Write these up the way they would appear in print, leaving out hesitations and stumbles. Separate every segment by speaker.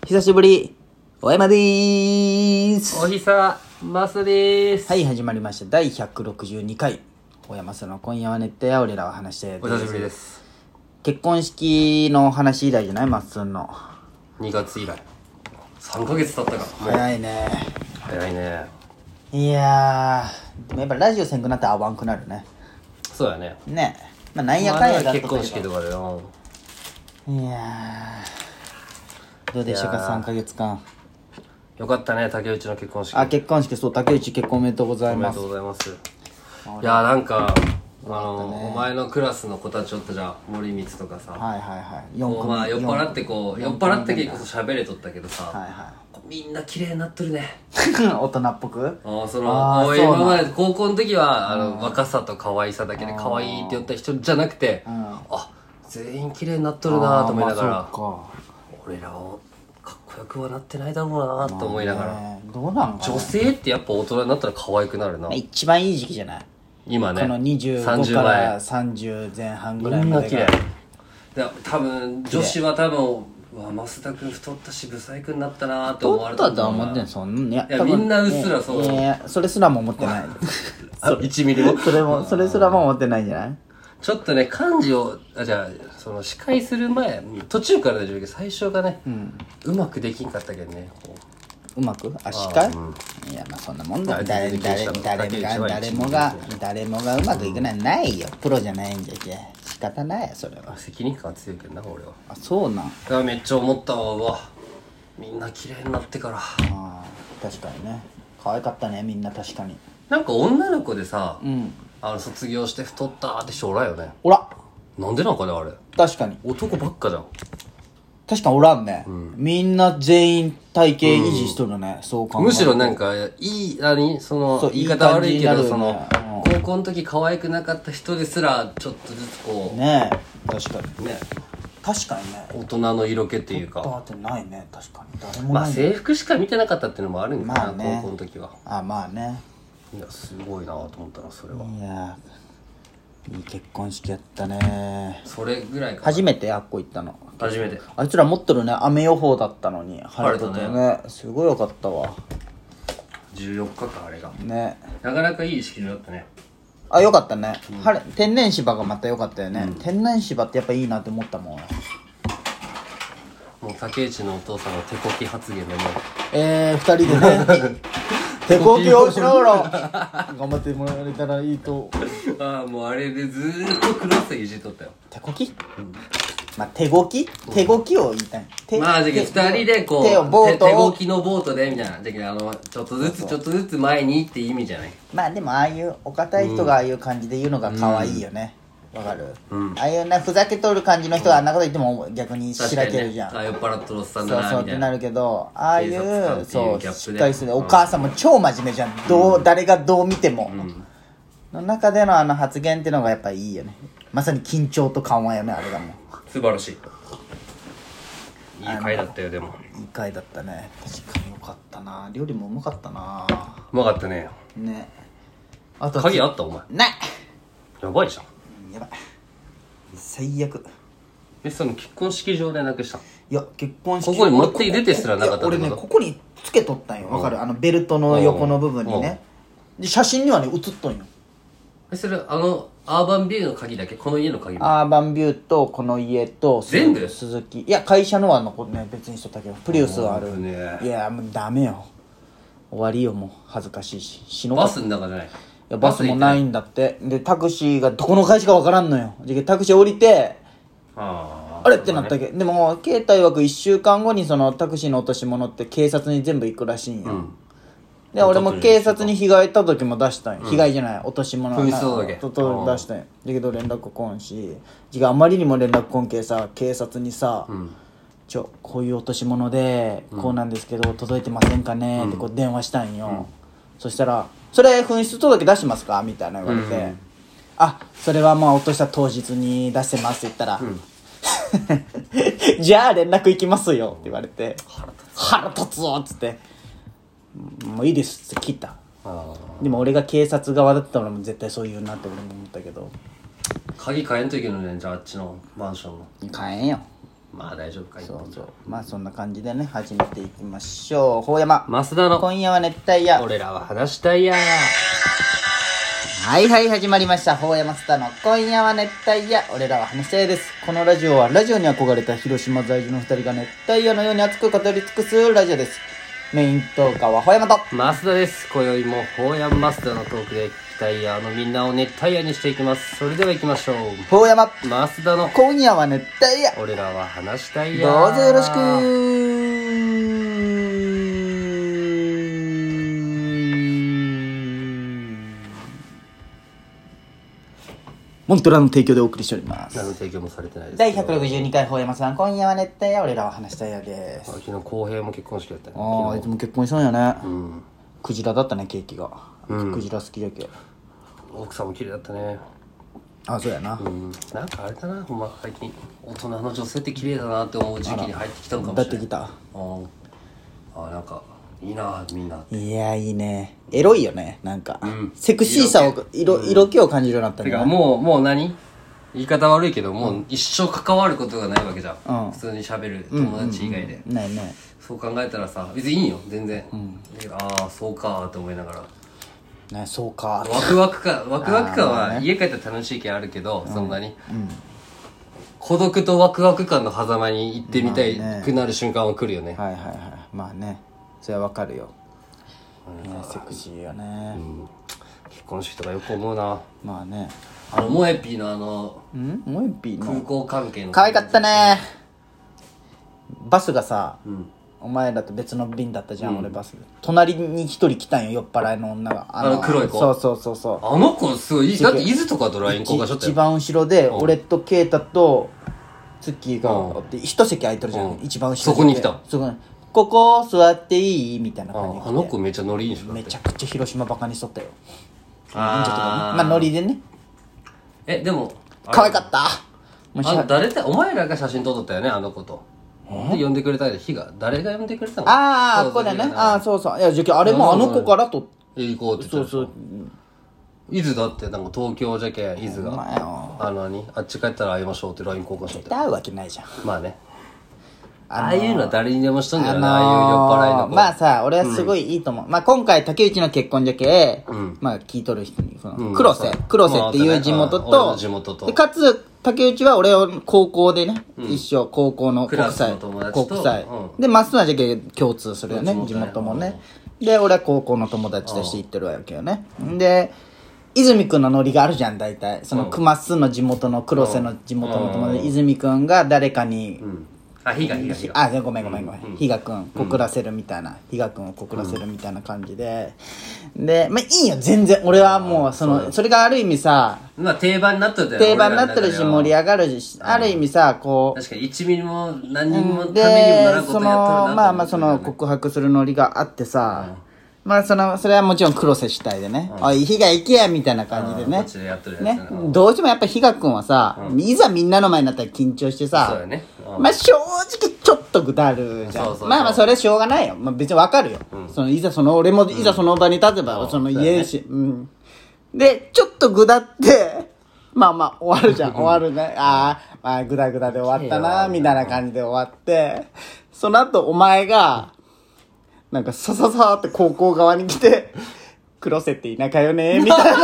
Speaker 1: 久しぶり、お山でーす。
Speaker 2: おひさますでーす。
Speaker 1: はい、始まりました。第162回。お山さんの今夜は熱帯夜、俺らは話して。
Speaker 2: お久しぶりです。
Speaker 1: 結婚式の話以来じゃないまっすんの。
Speaker 2: 2月以来。3ヶ月経ったか。もう
Speaker 1: 早いね。
Speaker 2: 早いね。
Speaker 1: いやー、でもやっぱラジオせんくなって会わんくなるね。
Speaker 2: そうやね。
Speaker 1: ね。まあ、なんやかんやだったけど。
Speaker 2: 結婚式とかでよ。
Speaker 1: いやー、どうでしたか、3ヶ月間。
Speaker 2: よかったね、竹内の結婚式。
Speaker 1: あ、結婚式、そう、竹内結婚おめでとうございます。
Speaker 2: おめでとうございます。いやーなんか、お前のクラスの子たちおったじゃん、森光とかさ。
Speaker 1: はいはいはい。
Speaker 2: こうまあ酔っ払ってこう、酔っ払って結構喋れとったけどさ。
Speaker 1: はいは
Speaker 2: みんな綺麗になっとるね。
Speaker 1: い。大人っぽく
Speaker 2: ああ、
Speaker 1: そう
Speaker 2: 今まで高校の時は、若さと可愛さだけで可愛いって言った人じゃなくて、あ、全員綺麗になっとるなと思いながら、俺らをかっこよくはなってないだろうなと思いながら、
Speaker 1: どうなんかな。
Speaker 2: 女性ってやっぱ大人になったら可愛くなるな。
Speaker 1: 一番いい時期じゃない
Speaker 2: 今ね、
Speaker 1: この25から30前半ぐらいまでが。
Speaker 2: みんな綺麗。多分女子は多分、うわ、増田君太ったしブサイクになったなと思われた
Speaker 1: 太ったとは思ってん、そんな。
Speaker 2: いやみんなうっすらそう。
Speaker 1: いやそれすらも思ってない。
Speaker 2: 1ミリも
Speaker 1: それすらも思ってないんじゃない。
Speaker 2: ちょっとね、漢字を、じゃあ、その司会する前、途中から大丈夫だけど、最初がね、うまくできんかったけどね、こ
Speaker 1: うまく司会、
Speaker 2: うん
Speaker 1: いや、まあそんなもんだ。誰もがうまくいくなんないよ。プロじゃないんじゃけ。仕方ないよ、それは。
Speaker 2: 責任感強いけどな、俺は。
Speaker 1: あ、そうなん。
Speaker 2: だからめっちゃ思ったわ、うわ。みんな綺麗になってから。
Speaker 1: ああ、確かにね。可愛かったね、みんな確かに。
Speaker 2: なんか女の子でさ、
Speaker 1: うん。
Speaker 2: 卒業して太ったって人おらんよね。
Speaker 1: おら。
Speaker 2: なんでなんかね、あれ。
Speaker 1: 確かに。
Speaker 2: 男ばっかじゃん。
Speaker 1: 確かにおらんね。みんな全員体型維持しとるね。そう考えると
Speaker 2: むしろなんか、
Speaker 1: そう
Speaker 2: 言い方悪いけど、
Speaker 1: いい感じになるよね
Speaker 2: 高校の時可愛くなかった人ですら、ちょっとずつこう、
Speaker 1: ねえ。確かに。
Speaker 2: ね、
Speaker 1: 確かにね。
Speaker 2: 大人の色気っていうか。
Speaker 1: だってないね。確かに。誰も
Speaker 2: まあ
Speaker 1: ない。
Speaker 2: 制服しか見てなかったっていうのもあるんかな、
Speaker 1: まあね
Speaker 2: 高校の時は。
Speaker 1: あ、まあね。
Speaker 2: いや、すごいなと思ったな、それは。
Speaker 1: いやー、いい結婚式やったね。
Speaker 2: それぐらいかな。
Speaker 1: 初めてあっこ行ったの。
Speaker 2: 初めて。
Speaker 1: あいつら持ってるね。雨予報だったのに。
Speaker 2: 晴れたね
Speaker 1: 晴れてね。すごいよかったわ。
Speaker 2: 14日か、あれが。
Speaker 1: ね。
Speaker 2: なかなかいい式場だったね。
Speaker 1: あ、よかったね。天然芝がまたよかったよね。天然芝ってやっぱいいなって思ったもん。
Speaker 2: もう竹内のお父さんの手こき発言でね。
Speaker 1: 二人でね手こきをしながら頑張ってもらえたらいいと。
Speaker 2: ああ、もうあれでずーっとクロスいじっとったよ。
Speaker 1: 手こき、まあ手こきを言いたい。
Speaker 2: まあ、じゃあ二人でこう、
Speaker 1: 手をボートを
Speaker 2: 手こきのボートで、みたいな。じゃあちょっとずつ前にって意味じゃない。
Speaker 1: まあでもああいうお堅い人がああいう感じで言うのが可愛いよね。わかる、ああいうなふざけとる感じの人があんなこと言っても逆にしらけるじゃん、
Speaker 2: あ、酔っ払っとるおっさん
Speaker 1: そう
Speaker 2: だな、みたいな。
Speaker 1: そうってなるけど、ああい
Speaker 2: 警察官
Speaker 1: う
Speaker 2: っていうギャップで
Speaker 1: しっかりするお母さんも超真面目じゃん、誰がどう見ても、の中でのあの発言っていうのがやっぱいいよね。まさに緊張と緩和よね、あれがもう
Speaker 2: 素晴らしい。いい回だったよ、でも。
Speaker 1: いい回だったね。確かによかったな。料理もうまかったな。
Speaker 2: うまかったね。
Speaker 1: ね。あと
Speaker 2: 鍵あったお前。
Speaker 1: ない。
Speaker 2: やばいじゃん。
Speaker 1: やばい。最悪。
Speaker 2: その結婚式場でなくした。
Speaker 1: いや、結婚式
Speaker 2: ここに持って出てすらなかったってこと。
Speaker 1: 俺ね、ここにつけとったんよ。わかる？ベルトの横の部分にね。で、写真にはね、写っとんよ。
Speaker 2: それ、アーバンビューの鍵だけ？この家の鍵も。
Speaker 1: アーバンビューと、この家と、
Speaker 2: 全部
Speaker 1: 鈴木。いや、会社のは残ってね、別にしとったけど、プリウスはある。
Speaker 2: ね、
Speaker 1: いや、もうダメよ。終わりよ、もう。恥ずかしいし。死のうか。
Speaker 2: バスの中じゃない？
Speaker 1: いや、バスもないんだって。で、タクシーがどこの会社かわからんのよ。で、タクシー降りて、あれってなったっけ、でも、携帯枠1週間後にそのタクシーの落とし物って警察に全部行くらしいんよ。で、俺も警察に被害届も出したんよ。被害じゃない、落とし物。
Speaker 2: 紛失届
Speaker 1: 出したんよ。だけど連絡来んし、あまりにも連絡来んけさ、警察にさ、こういう落とし物で、こうなんですけど、届いてませんかねってこう電話したんよ。そしたら、それ紛失届出しますかみたいな言われて、あ、それはまあ落とした当日に出してますって言ったら、じゃあ連絡行きますよって言われて、腹立つぞっつって、もういいですって切った。でも俺が警察側だったらもう絶対そう言うなって俺も思ったけど、
Speaker 2: 鍵変えんといけないね、じゃああっちのマンションの。
Speaker 1: 変えんよ。
Speaker 2: まあ大丈夫か。
Speaker 1: そうそう、まあそんな感じでね始めていきましょう。ほうやま
Speaker 2: 増田の
Speaker 1: 今夜は熱帯夜。
Speaker 2: 俺らは話したいや。
Speaker 1: はいはい、始まりました。ほうやまスタの今夜は熱帯夜、俺らは話したいです。このラジオはラジオに憧れた広島在住の2人が熱帯夜のように熱く語り尽くすラジオです。メイントーカーはほうやまと
Speaker 2: 増田です。今宵もほうやん増田のトークで聞きたいやみんなを熱帯夜にしていきます。それでは行きましょう。
Speaker 1: ほうやま
Speaker 2: 増田の
Speaker 1: 今夜は熱帯夜、
Speaker 2: 俺らは話したいや。
Speaker 1: どうぞよろしく。モントラの提供でお送りしております。
Speaker 2: 何の提供もされてないです。
Speaker 1: 第162回ほうやまさん今夜は熱帯夜、俺らは話したいやです。
Speaker 2: 昨日浩平も結婚式だったね。
Speaker 1: ああ、いつも結婚したんやね。
Speaker 2: うん
Speaker 1: クジラだったね、ケーキが。
Speaker 2: うん
Speaker 1: クジラ好きだけ。
Speaker 2: 奥さんも綺麗だったね。
Speaker 1: あ、そうやな。
Speaker 2: うんなんかあれだな、ほんま最近大人の女性って綺麗だなって思う時期に入ってきたのかもしれない。
Speaker 1: だってきた。
Speaker 2: なんかいいなみんな。
Speaker 1: いや、いいね。エロいよね、なんか。
Speaker 2: ん
Speaker 1: セクシーさを、色気を感じるようになったね。
Speaker 2: てかもう何言い方悪いけど、もう一生関わることがないわけじゃん、
Speaker 1: うん
Speaker 2: 普通に喋る友達以外で、
Speaker 1: ないね。
Speaker 2: そう考えたらさ別にいいよ全然、だけどああそうかーって思いながら
Speaker 1: ね、そうか。
Speaker 2: ワクワク感
Speaker 1: まあね
Speaker 2: は家帰ったら楽しい系あるけど、そんなに、孤独とワクワク感の狭間に行ってみたいくなる瞬間は来るよね、
Speaker 1: はいはいはい。まあね。それはわかるよ。ね、セクシーよね。
Speaker 2: 結婚式とかよく思うな。
Speaker 1: まあね。
Speaker 2: モエピーの
Speaker 1: もう一品の。
Speaker 2: 空港関係の
Speaker 1: 可愛かったね。バスがさ、
Speaker 2: ん
Speaker 1: お前らと別の便だったじゃん、俺バスで。隣に一人来たんよ、酔っ払いの女が。
Speaker 2: あの黒い子
Speaker 1: そう。
Speaker 2: あの子すごいだって伊豆とかと LINE 交換しとったよ。
Speaker 1: 一番後ろで、俺とケイタとツッキーがおって一席空いてるじゃん、一番後ろで
Speaker 2: そこに来た。
Speaker 1: そこにここ座っていいみたいな感じで来て
Speaker 2: あの子めっちゃノリいいんでしょ。
Speaker 1: めちゃくちゃ広島バカにしとったよ。
Speaker 2: あー
Speaker 1: ちょっとまあノリでね。
Speaker 2: でも
Speaker 1: 可愛かった。もう
Speaker 2: 誰だお前らが写真撮ったよねあの子と。で呼んでくれた日が誰が呼んでくれたの。
Speaker 1: ああ、ここだね。ああ、そうそう。いや、じゃあれもあの子からと。
Speaker 2: 行こうって言ってた。
Speaker 1: そう。
Speaker 2: 伊豆だってなんか東京じゃけ伊豆
Speaker 1: お前
Speaker 2: が
Speaker 1: よ。
Speaker 2: あっち帰ったら会いましょうって LINE 交換しとって。
Speaker 1: 会うわけないじゃん。
Speaker 2: まあねああいうのは誰にでもしとんじゃない、ああいう酔っ払いの子。
Speaker 1: まあさ、俺はすごいいいと思う。まあ今回竹内の結婚じゃけ、
Speaker 2: ん
Speaker 1: まあ聞いとる人に、
Speaker 2: うん
Speaker 1: 黒瀬っていう地元
Speaker 2: 俺の
Speaker 1: と、
Speaker 2: 地元と
Speaker 1: でかつ、竹内は俺を高校でね、一緒、高校の国
Speaker 2: クラスの
Speaker 1: 際、
Speaker 2: 友達と
Speaker 1: 国際
Speaker 2: う。
Speaker 1: で、まっすぐはじゃけ共通するよね、地
Speaker 2: 地元ね
Speaker 1: 元もね。で、俺は高校の友達として行ってるわけよね。で、泉くんのノリがあるじゃん、大体。その、まっすぐの地元の黒瀬の地元の友達、泉くんが誰かに、
Speaker 2: 日が
Speaker 1: あ、ごめん。比嘉くん、告らせるみたいな。比嘉くんを告らせるみたいな感じで。で、まあいいよ、全然。俺はもう、それがある意味さ、
Speaker 2: まあ定番になっとったよ。
Speaker 1: 定番になってるし、盛り上がるし、ある意味さ、こう、
Speaker 2: 確かに1ミリも何人もためにもな
Speaker 1: で
Speaker 2: らん、ことやっとるなと思って
Speaker 1: まあその告白するノリがあってさ、まあそれはもちろん黒瀬主体でね、おい、比嘉行けや、みたいな感じでね
Speaker 2: こっ。ちでやっとるやつ
Speaker 1: ね
Speaker 2: だな。
Speaker 1: どうしてもやっぱ比嘉くんはさ、いざみんなの前になったら緊張してさ、
Speaker 2: そうよね。
Speaker 1: まあ正直ちょっとぐだるじゃん。
Speaker 2: そう
Speaker 1: まあそれはしょうがないよ。まあ別にわかるよ。俺もいざその場に立てば、言えるし、で、ちょっとぐだって、まあ終わるじゃん。終わるね。まあぐだぐだで終わったな、みたいな感じで終わって、その後お前が、なんかさーって高校側に来て、黒瀬って田舎よね、みたいな。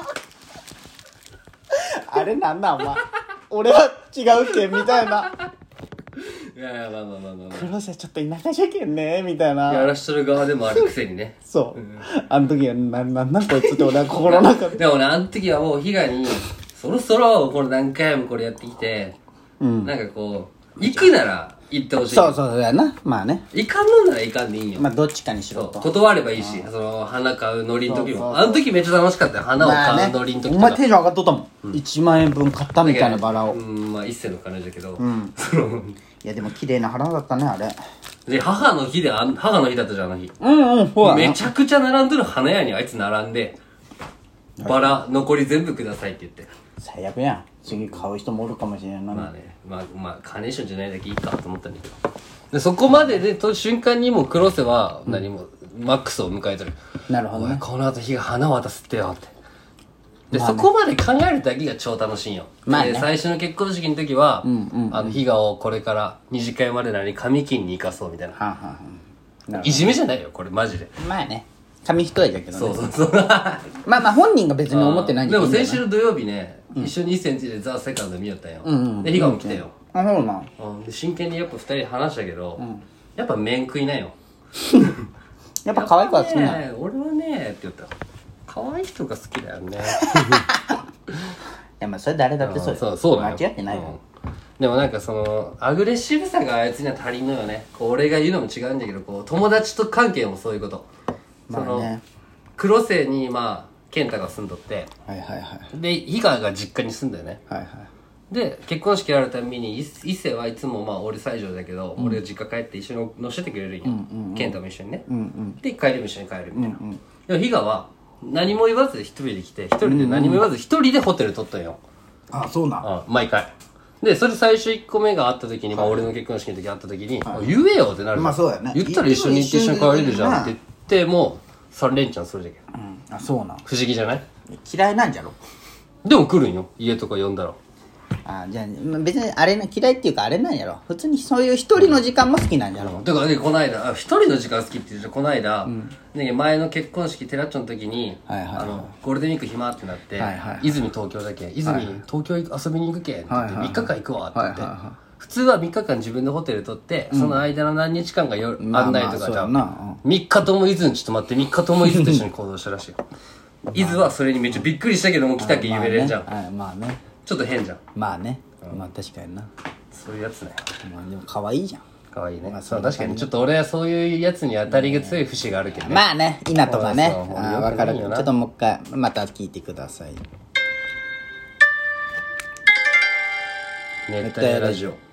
Speaker 1: あれなんだお前。俺は違うけん、みたいな。
Speaker 2: いやまあ
Speaker 1: 黒瀬ちょっと田舎じゃけんね、みたいな。
Speaker 2: やらしとる側でもあるくせにね。
Speaker 1: そう。あの時は、なんこいつって俺は心の中で。
Speaker 2: でもね、あの時はもう、比嘉に、そろそろ、これ何回もこれやってきて、なんかこう、行くなら行ってほしい。
Speaker 1: そうやな。まあね。
Speaker 2: 行かんのなら行かんでいいんよ。
Speaker 1: まあどっちかにしろと。
Speaker 2: 断ればいいし、花買うノリの時も。あの時めっちゃ楽しかったよ。花を買うノリの時とか。
Speaker 1: お前テンション上がっとったもん。1万円分買ったみたいなバラを。
Speaker 2: まあ一世の金だけど。
Speaker 1: いやでも綺麗な花だったね、あれ。
Speaker 2: で、母の日だったじゃん、あの日。
Speaker 1: ほら。
Speaker 2: めちゃくちゃ並んでる花屋にあいつ並んで、バラ残り全部くださいって言って。
Speaker 1: 最悪やん。次買う人もおるかもしれんのに。
Speaker 2: まあね、まあカーネーションじゃないだけいいかと思ったんだけど。で、そこまでで、瞬間にもう黒瀬は何も、マックスを迎えてる。
Speaker 1: なるほどね。
Speaker 2: この後日が花渡すってよって。 で、そこまで考えるだけが超楽しいんよ。
Speaker 1: まあね
Speaker 2: で、最初の結婚式の時は、比嘉をこれから二次会までなのに髪切りに行かそうみたいな。
Speaker 1: はあはあはあなる
Speaker 2: いじめじゃないよ、これマジで。
Speaker 1: まあね紙一重だけどね
Speaker 2: そうそうそう。
Speaker 1: まあ本人が別に思ってないん
Speaker 2: でも先
Speaker 1: 週
Speaker 2: 週の土曜日ね、一緒に1センチでザ・セカンド見よったんよ。で、比嘉も来たよ。
Speaker 1: あそうなん
Speaker 2: で真剣にやっぱ2人で話したけど、やっぱ面食いなよ。
Speaker 1: やっぱ可愛い子は好きなの
Speaker 2: 俺はねって言ったら可愛い人が好きだよね。
Speaker 1: いやまあそれ誰だってそうよ
Speaker 2: そうだよ。
Speaker 1: 間違ってないよ
Speaker 2: でもなんかそのアグレッシブさがあいつには足りんのよね。こう俺が言うのも違うんだけど、こう友達と関係もそういうこと。その黒瀬に健太が住んどって、
Speaker 1: はいはいはい
Speaker 2: で比嘉が実家に住んだよね。
Speaker 1: はいはい
Speaker 2: で結婚式あるたびに伊勢はいつも俺西条だけど、俺が実家帰って一緒に乗せてくれるんよ、健太も一緒にね、で帰りも一緒に帰るみたいな、でも比嘉は何も言わず一人で来て、一人で何も言わず一人でホテル取ったんよ。
Speaker 1: あそうなん
Speaker 2: 毎回で、それ最初1個目があった時に、俺の結婚式の時会った時に、言えよってなるじゃん。
Speaker 1: まあそうやね
Speaker 2: 言ったら一緒に行って一緒に帰れるじゃんって言っても3連チャンするじゃん。
Speaker 1: あそうなん
Speaker 2: 不思議じゃない？
Speaker 1: 嫌いなんじゃろ
Speaker 2: でも来るんよ、家とか呼んだら。
Speaker 1: じゃあ別にあれ嫌いっていうかあれなんやろ普通にそういう一人の時間も好きなんやろ
Speaker 2: だからね、この間一人の時間好きって言うとこの間、前の結婚式テラッチョの時に、ゴールデンウィーク暇ってなって、泉東京だけ泉、東京遊びに行くけって言って、3日間行くわって言って、普通は3日間自分でホテル取って、その間の何日間が案内とかじゃん、3日とも伊豆にちょっと待って3日とも伊豆と一緒に行動したらしいよ。伊豆はそれにめっちゃびっくりしたけども来たけ言えれんじゃん。
Speaker 1: まあね
Speaker 2: ちょっと変じゃん。
Speaker 1: まあねまあ確かにな
Speaker 2: そういうやつね。
Speaker 1: まあでも可愛いじゃん
Speaker 2: 可愛いね。そう確かにちょっと俺はそういうやつに当たりが強い節があるけどね。
Speaker 1: まあね稲とかね分かる。ち
Speaker 2: ち
Speaker 1: ょっともう一回また聞いてください。
Speaker 2: 熱帯ラジオ。